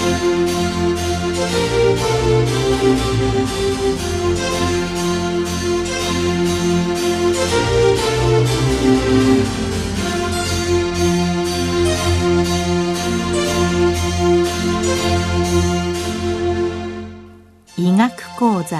医学講座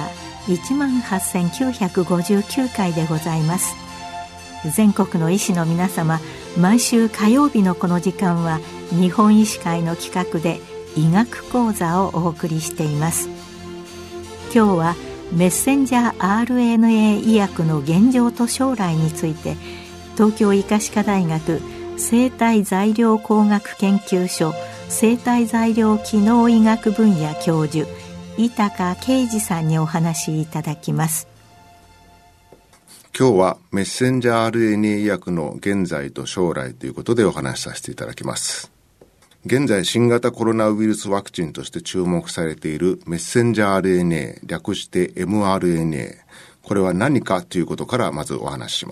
18,959回でございます。全国の医師の皆様、毎週火曜日のこの時間は日本医師会の企画で医学講座をお送りしています。今日はメッセンジャー RNA 医薬の現状と将来について、東京医科歯科大学生体材料工学研究所生体材料機能医学分野教授井高啓二さんにお話しいただきます。 今日はメッセンジャー RNA 医薬の現在と将来ということでお話しさせていただきます。現在新型コロナウイルスワクチンとして注目されているメッセンジャー RNA、略して mRNA、これは何かということからまずお話しします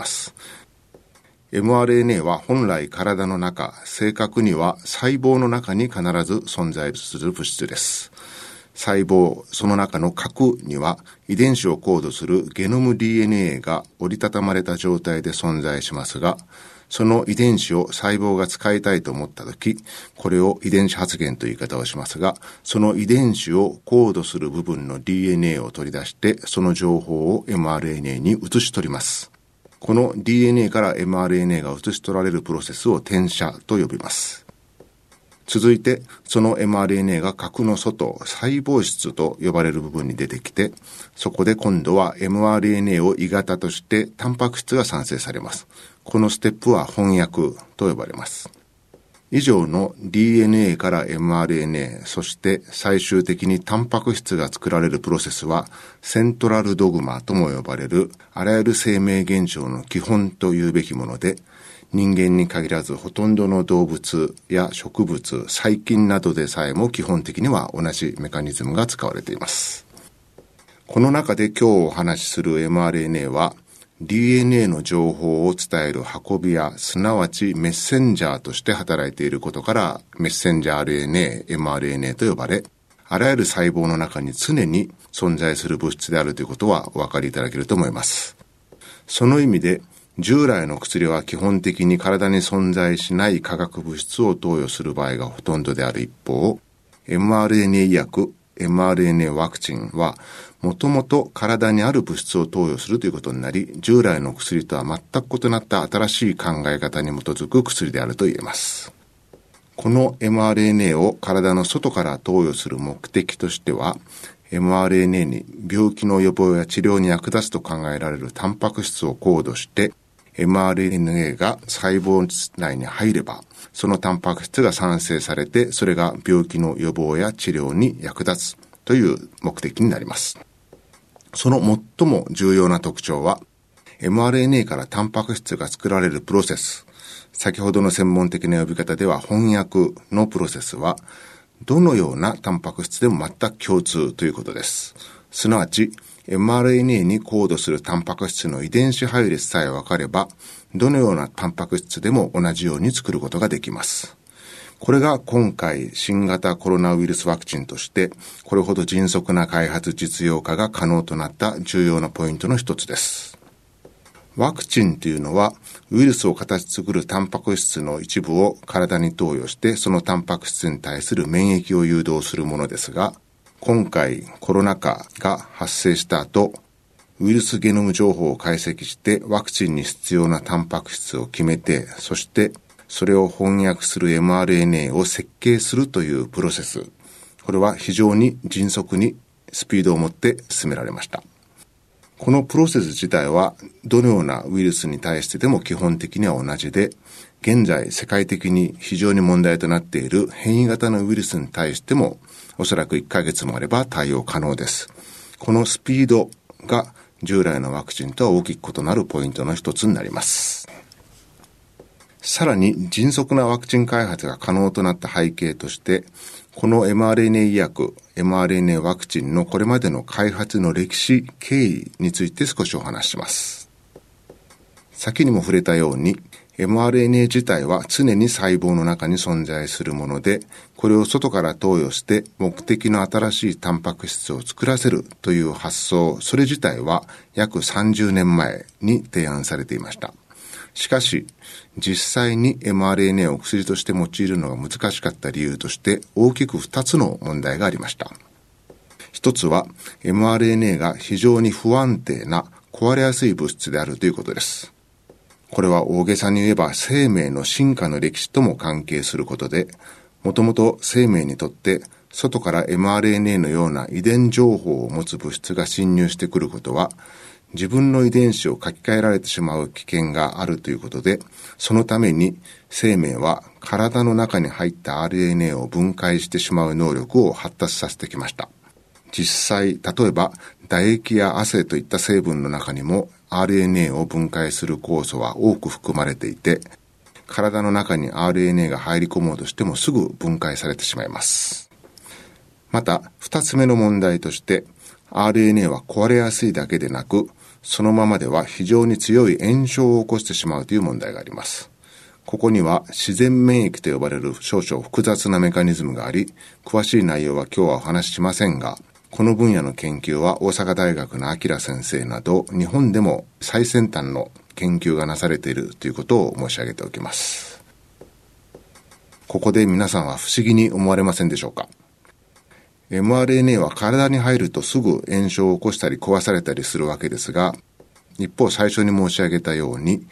。mRNA は本来体の中、正確には細胞の中に必ず存在する物質です。細胞、その中の核には遺伝子をコードするゲノム DNA が折りたたまれた状態で存在しますが、その遺伝子を細胞が使いたいと思ったとき、これを遺伝子発現という言い方をしますが、その遺伝子をコードする部分の DNA を取り出して、その情報を mRNA に移し取ります。この DNA から mRNA が移し取られるプロセスを転写と呼びます。続いて、その mRNA が核の外、細胞質と呼ばれる部分に出てきて、そこで今度は mRNA を鋳型としてタンパク質が産生されます。このステップは翻訳と呼ばれます。以上の DNA から mRNA、そして最終的にタンパク質が作られるプロセスは、セントラルドグマとも呼ばれるあらゆる生命現象の基本というべきもので、人間に限らずほとんどの動物や植物、細菌などでさえも基本的には同じメカニズムが使われています。この中で今日お話しする mRNA は DNA の情報を伝える運び屋、すなわちメッセンジャーとして働いていることからメッセンジャー RNA、mRNA と呼ばれ、あらゆる細胞の中に常に存在する物質であるということはお分かりいただけると思います。その意味で従来の薬は基本的に体に存在しない化学物質を投与する場合がほとんどである一方、mRNA 医薬、mRNA ワクチンはもともと体にある物質を投与するということになり、従来の薬とは全く異なった新しい考え方に基づく薬であると言えます。この mRNA を体の外から投与する目的としては、mRNA に病気の予防や治療に役立つと考えられるタンパク質をコードして、mRNA が細胞内に入れば、そのタンパク質が産生されて、それが病気の予防や治療に役立つという目的になります。その最も重要な特徴は、mRNA からタンパク質が作られるプロセス、先ほどの専門的な呼び方では翻訳のプロセスは、どのようなタンパク質でも全く共通ということです。すなわち、mRNA にコードするタンパク質の遺伝子配列さえ分かれば、どのようなタンパク質でも同じように作ることができます。これが今回新型コロナウイルスワクチンとして、これほど迅速な開発実用化が可能となった重要なポイントの一つです。ワクチンというのは、ウイルスを形作るタンパク質の一部を体に投与して、そのタンパク質に対する免疫を誘導するものですが、今回コロナ禍が発生した後、ウイルスゲノム情報を解析してワクチンに必要なタンパク質を決めて、そしてそれを翻訳する mRNA を設計するというプロセス。これは非常に迅速にスピードを持って進められました。このプロセス自体はどのようなウイルスに対してでも基本的には同じで、現在世界的に非常に問題となっている変異型のウイルスに対してもおそらく1ヶ月もあれば対応可能です。このスピードが従来のワクチンとは大きく異なるポイントの一つになります。さらに迅速なワクチン開発が可能となった背景として、この mRNA 医薬、mRNA ワクチンのこれまでの開発の歴史、経緯について少しお話しします。先にも触れたように、 mRNA 自体は常に細胞の中に存在するもので、これを外から投与して目的の新しいタンパク質を作らせるという発想、それ自体は約30年前に提案されていました。しかし、実際に mRNA を薬として用いるのが難しかった理由として大きく2つの問題がありました。一つは mRNA が非常に不安定な壊れやすい物質であるということです。これは大げさに言えば生命の進化の歴史とも関係することで、もともと生命にとって外から mRNA のような遺伝情報を持つ物質が侵入してくることは、自分の遺伝子を書き換えられてしまう危険があるということで、そのために生命は体の中に入った RNA を分解してしまう能力を発達させてきました。実際、例えば唾液や汗といった成分の中にも RNA を分解する酵素は多く含まれていて、体の中に RNA が入り込もうとしてもすぐ分解されてしまいます。また、二つ目の問題として、RNA は壊れやすいだけでなく、そのままでは非常に強い炎症を起こしてしまうという問題があります。ここには自然免疫と呼ばれる少々複雑なメカニズムがあり、詳しい内容は今日はお話ししませんが、この分野の研究は大阪大学の明先生など日本でも最先端の研究がなされているということを申し上げておきます。ここで皆さんは不思議に思われませんでしょうか。mRNA は体に入るとすぐ炎症を起こしたり壊されたりするわけですが、一方最初に申し上げたように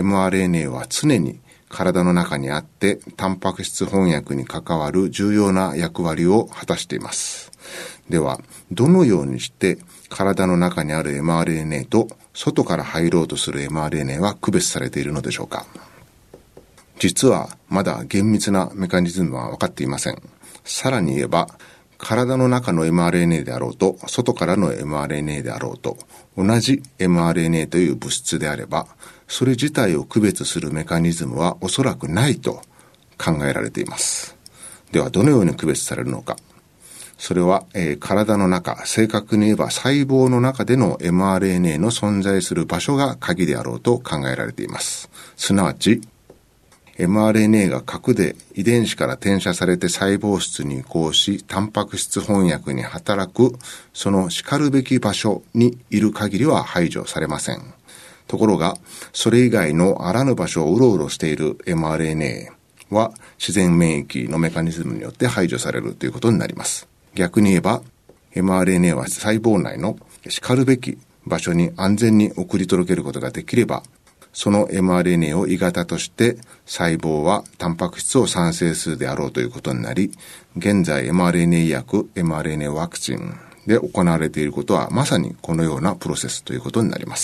mRNA は常に体の中にあってタンパク質翻訳に関わる重要な役割を果たしています。では、どのようにして体の中にある mRNA と外から入ろうとする mRNA は区別されているのでしょうか。実はまだ厳密なメカニズムは分かっていません。さらに言えば、体の中の mRNA であろうと、外からの mRNA であろうと、同じ mRNA という物質であれば、それ自体を区別するメカニズムはおそらくないと考えられています。では、どのように区別されるのか。それは、体の中、正確に言えば細胞の中での mRNA の存在する場所が鍵であろうと考えられています。すなわち、mRNA が核で遺伝子から転写されて細胞質に移行し、タンパク質翻訳に働く、そのしかるべき場所にいる限りは排除されません。ところが、それ以外のあらぬ場所をうろうろしている mRNA は自然免疫のメカニズムによって排除されるということになります。逆に言えば、mRNA は細胞内のしかるべき場所に安全に送り届けることができれば、その mRNA を鋳型として細胞はタンパク質を産生するであろうということになり、現在 mRNA 医薬、mRNA ワクチンで行われていることはまさにこのようなプロセスということになります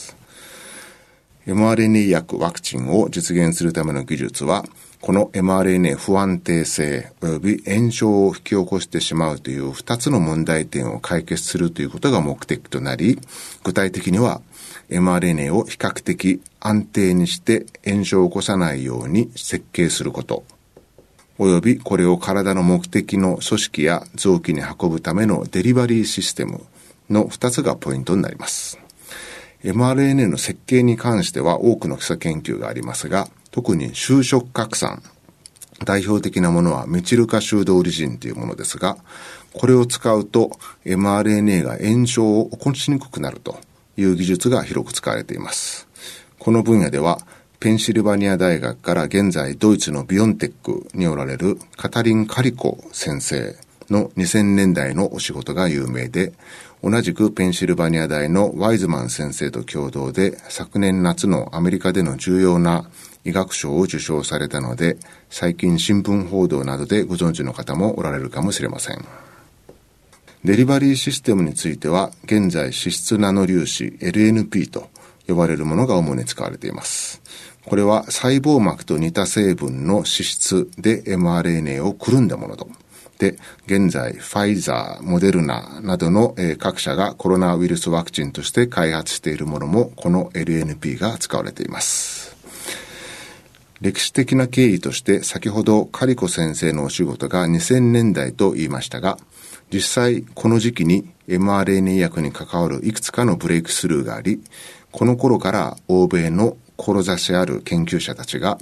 。mRNA 医薬ワクチンを実現するための技術は、この mRNA 不安定性及び炎症を引き起こしてしまうという2つの問題点を解決するということが目的となり、具体的にはmRNA を比較的安定にして炎症を起こさないように設計すること、及びこれを体の目的の組織や臓器に運ぶためのデリバリーシステムの2つがポイントになります。mRNA の設計に関しては多くの基礎研究がありますが、特に修飾核酸、代表的なものはメチル化修動リジンというものですが、これを使うと mRNA が炎症を起こしにくくなるという技術が広く使われています。この分野ではペンシルバニア大学から現在ドイツのビオンテックにおられるカタリン・カリコ先生の2000年代のお仕事が有名で、同じくペンシルバニア大のワイズマン先生と共同で昨年夏のアメリカでの重要な医学賞を受賞されたので、最近新聞報道などでご存知の方もおられるかもしれません。デリバリーシステムについては、現在脂質ナノ粒子 LNP と呼ばれるものが主に使われています。これは細胞膜と似た成分の脂質で mRNA をくるんだもので、現在ファイザー、モデルナなどの各社がコロナウイルスワクチンとして開発しているものもこの LNP が使われています。歴史的な経緯として先ほどカリコ先生のお仕事が2000年代と言いましたが、実際この時期に mRNA 医薬に関わるいくつかのブレイクスルーがあり、この頃から欧米の志ある研究者たちが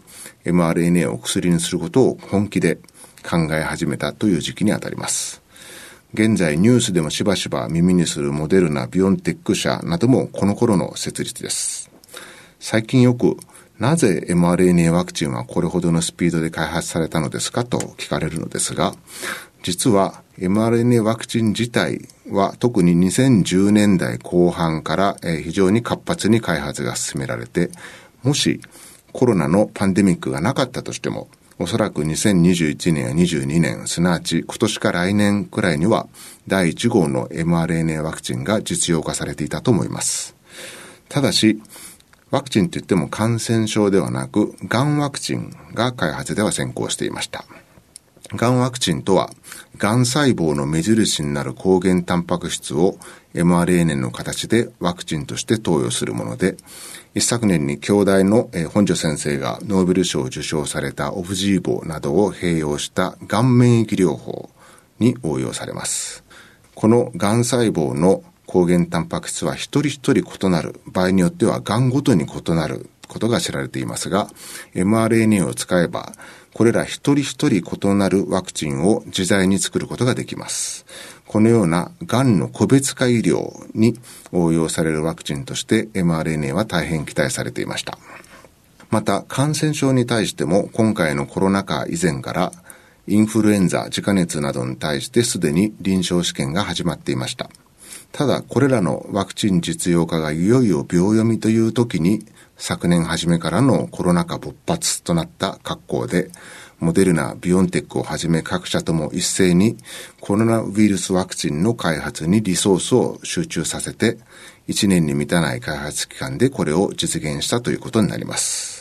mRNA を薬にすることを本気で考え始めたという時期にあたります。現在ニュースでもしばしば耳にするモデルナ、ビオンテック社などもこの頃の設立です。最近よくなぜ mRNA ワクチンはこれほどのスピードで開発されたのですかと聞かれるのですが、実は mRNA ワクチン自体は特に2010年代後半から非常に活発に開発が進められて、もしコロナのパンデミックがなかったとしても、おそらく2021年や22年、すなわち今年か来年くらいには第1号の mRNA ワクチンが実用化されていたと思います。ただし、ワクチンといっても感染症ではなく、がんワクチンが開発では先行していました。がんワクチンとは、がん細胞の目印になる抗原タンパク質を mRNA の形でワクチンとして投与するもので、一昨年に京大の本庶先生がノーベル賞を受賞されたオブジーボなどを併用したがん免疫療法に応用されます。このがん細胞の抗原タンパク質は一人一人異なる、場合によってはがんごとに異なることが知られていますが、mRNA を使えば、これら一人一人異なるワクチンを自在に作ることができます。このようながんの個別化医療に応用されるワクチンとして mRNA は大変期待されていました。また感染症に対しても今回のコロナ禍以前からインフルエンザ、自家熱などに対してすでに臨床試験が始まっていました。ただこれらのワクチン実用化がいよいよ秒読みという時に昨年初めからのコロナ禍勃発となった格好で、モデルナ、ビオンテックをはじめ各社とも一斉にコロナウイルスワクチンの開発にリソースを集中させて、1年に満たない開発期間でこれを実現したということになります。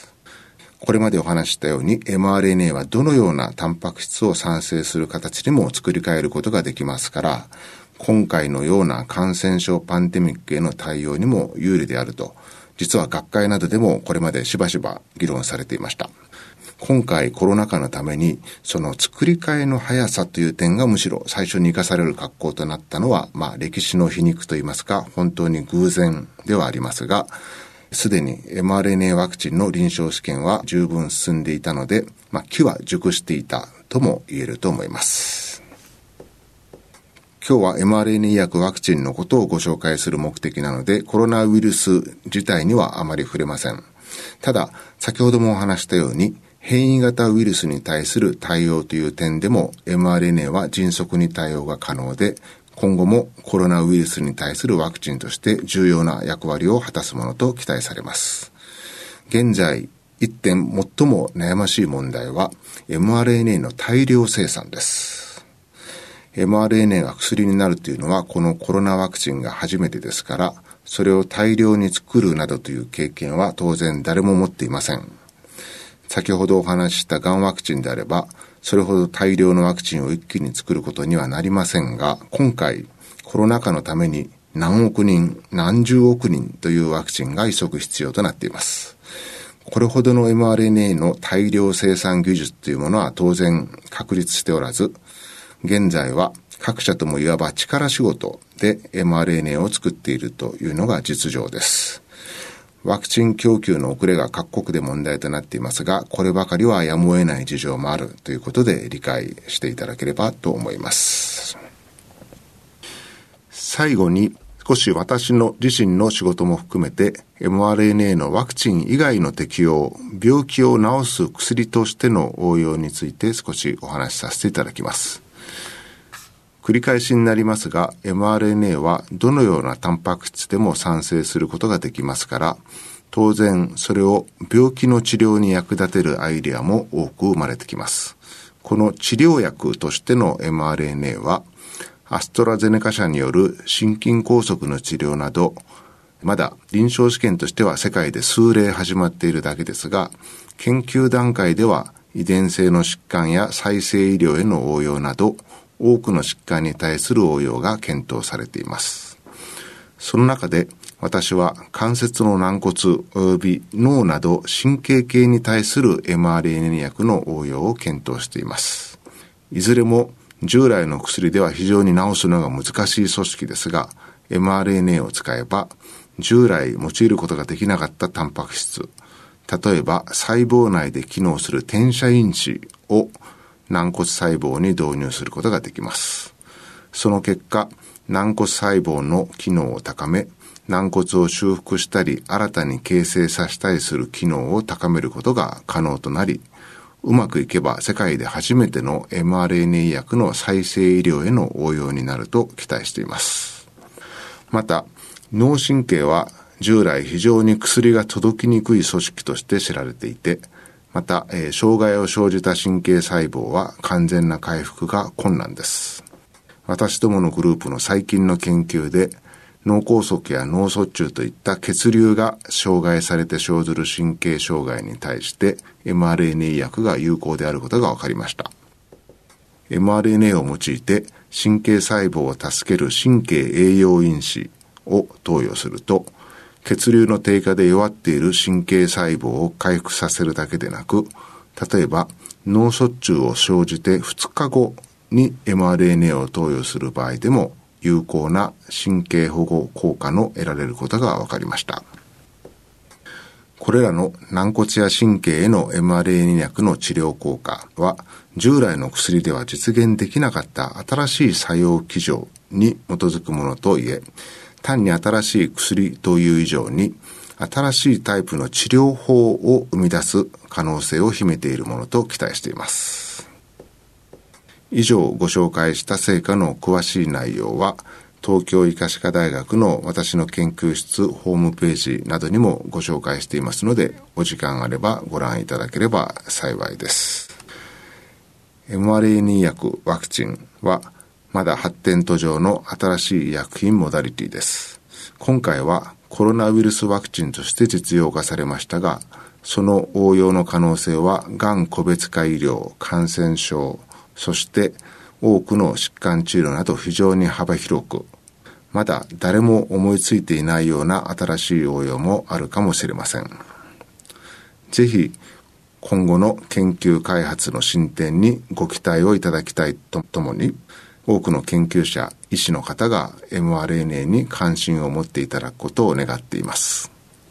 これまでお話したように mRNA はどのようなタンパク質を産生する形にも作り変えることができますから、今回のような感染症パンデミックへの対応にも有利であると、実は学会などでもこれまでしばしば議論されていました。今回コロナ禍のためにその作り変えの速さという点がむしろ最初に生かされる格好となったのは、歴史の皮肉といいますか本当に偶然ではありますが、すでに mRNA ワクチンの臨床試験は十分進んでいたので、機は熟していたとも言えると思います。今日は mRNA 薬ワクチンのことをご紹介する目的なので、コロナウイルス自体にはあまり触れません。ただ、先ほどもお話したように、変異型ウイルスに対する対応という点でも mRNA は迅速に対応が可能で、今後もコロナウイルスに対するワクチンとして重要な役割を果たすものと期待されます。現在、一点最も悩ましい問題は mRNA の大量生産です。mRNA が薬になるというのはこのコロナワクチンが初めてですから、それを大量に作るなどという経験は当然誰も持っていません。先ほどお話ししたがんワクチンであれば、それほど大量のワクチンを一気に作ることにはなりませんが、今回コロナ禍のために何億人、何十億人というワクチンが急ぐ必要となっています。これほどの mRNA の大量生産技術というものは当然確立しておらず、現在は各社ともいわば力仕事で mRNA を作っているというのが実情です。ワクチン供給の遅れが各国で問題となっていますが、こればかりはやむを得ない事情もあるということで理解していただければと思います。最後に少し私の自身の仕事も含めて mRNA のワクチン以外の適用、病気を治す薬としての応用について少しお話しさせていただきます。繰り返しになりますが、mRNA はどのようなタンパク質でも産生することができますから、当然それを病気の治療に役立てるアイデアも多く生まれてきます。この治療薬としての mRNA は、アストラゼネカ社による心筋梗塞の治療など、まだ臨床試験としては世界で数例始まっているだけですが、研究段階では遺伝性の疾患や再生医療への応用など、多くの疾患に対する応用が検討されています。その中で私は関節の軟骨及び脳など神経系に対する mRNA 薬の応用を検討しています。いずれも従来の薬では非常に治すのが難しい組織ですが、mRNA を使えば従来用いることができなかったタンパク質、 例えば細胞内で機能する転写因子を軟骨細胞に導入することができます。その結果、軟骨細胞の機能を高め、軟骨を修復したり新たに形成させたりする機能を高めることが可能となり、うまくいけば世界で初めての mRNA 薬の再生医療への応用になると期待しています。また、脳神経は従来非常に薬が届きにくい組織として知られていて、また、障害を生じた神経細胞は完全な回復が困難です。私どものグループの最近の研究で、脳梗塞や脳卒中といった血流が障害されて生ずる神経障害に対して mRNA 薬が有効であることが分かりました。mRNA を用いて神経細胞を助ける神経栄養因子を投与すると、血流の低下で弱っている神経細胞を回復させるだけでなく、例えば脳卒中を生じて2日後に mRNA を投与する場合でも有効な神経保護効果の得られることが分かりました。これらの軟骨や神経への mRNA 薬の治療効果は、従来の薬では実現できなかった新しい作用基準に基づくものといえ、単に新しい薬という以上に、新しいタイプの治療法を生み出す可能性を秘めているものと期待しています。以上ご紹介した成果の詳しい内容は、東京医科歯科大学の私の研究室ホームページなどにもご紹介していますので、お時間あればご覧いただければ幸いです。mRNA 薬ワクチンはまだ発展途上の新しい医薬品モダリティです。今回はコロナウイルスワクチンとして実用化されましたが、その応用の可能性はがん個別化医療、感染症、そして多くの疾患治療など非常に幅広く、まだ誰も思いついていないような新しい応用もあるかもしれません。ぜひ今後の研究開発の進展にご期待をいただきたいとともに、多くの研究者、医師の方が mRNA に関心を持っていただくことを願っています。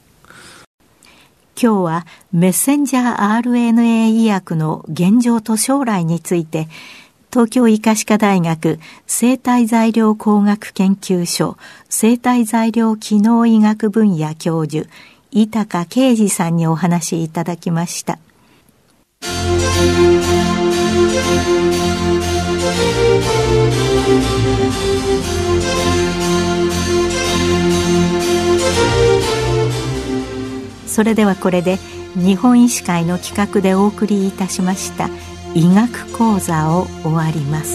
今日はメッセンジャー RNA 医薬の現状と将来について、東京医科歯科大学生体材料工学研究所生体材料機能医学分野教授井高啓二さんにお話しいただきました。それではこれで日本医師会の企画でお送りいたしました医学講座を終わります。